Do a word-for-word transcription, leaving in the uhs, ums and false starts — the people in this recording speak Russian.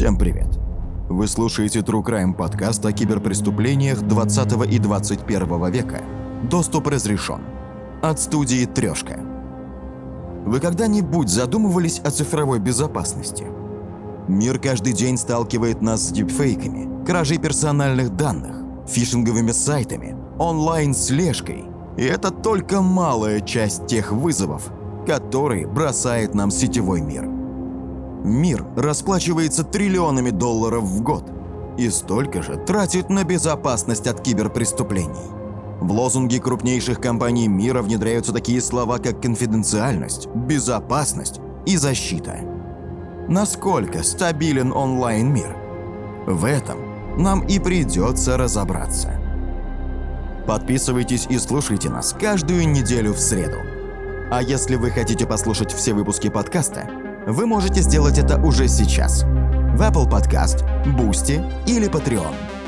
Всем привет! Вы слушаете True Crime подкаст о киберпреступлениях двадцатого и двадцать первого века. Доступ разрешен. От студии «Трешка». Вы когда-нибудь задумывались о цифровой безопасности? Мир каждый день сталкивает нас с дипфейками, кражей персональных данных, фишинговыми сайтами, онлайн-слежкой. И это только малая часть тех вызовов, которые бросает нам сетевой мир. Мир расплачивается триллионами долларов в год и столько же тратит на безопасность от киберпреступлений. В лозунги крупнейших компаний мира внедряются такие слова, как конфиденциальность, безопасность и защита. Насколько стабилен онлайн-мир? В этом нам и придется разобраться. Подписывайтесь и слушайте нас каждую неделю в среду. А если вы хотите послушать все выпуски подкаста, вы можете сделать это уже сейчас в Apple Podcast, Boosty или Patreon.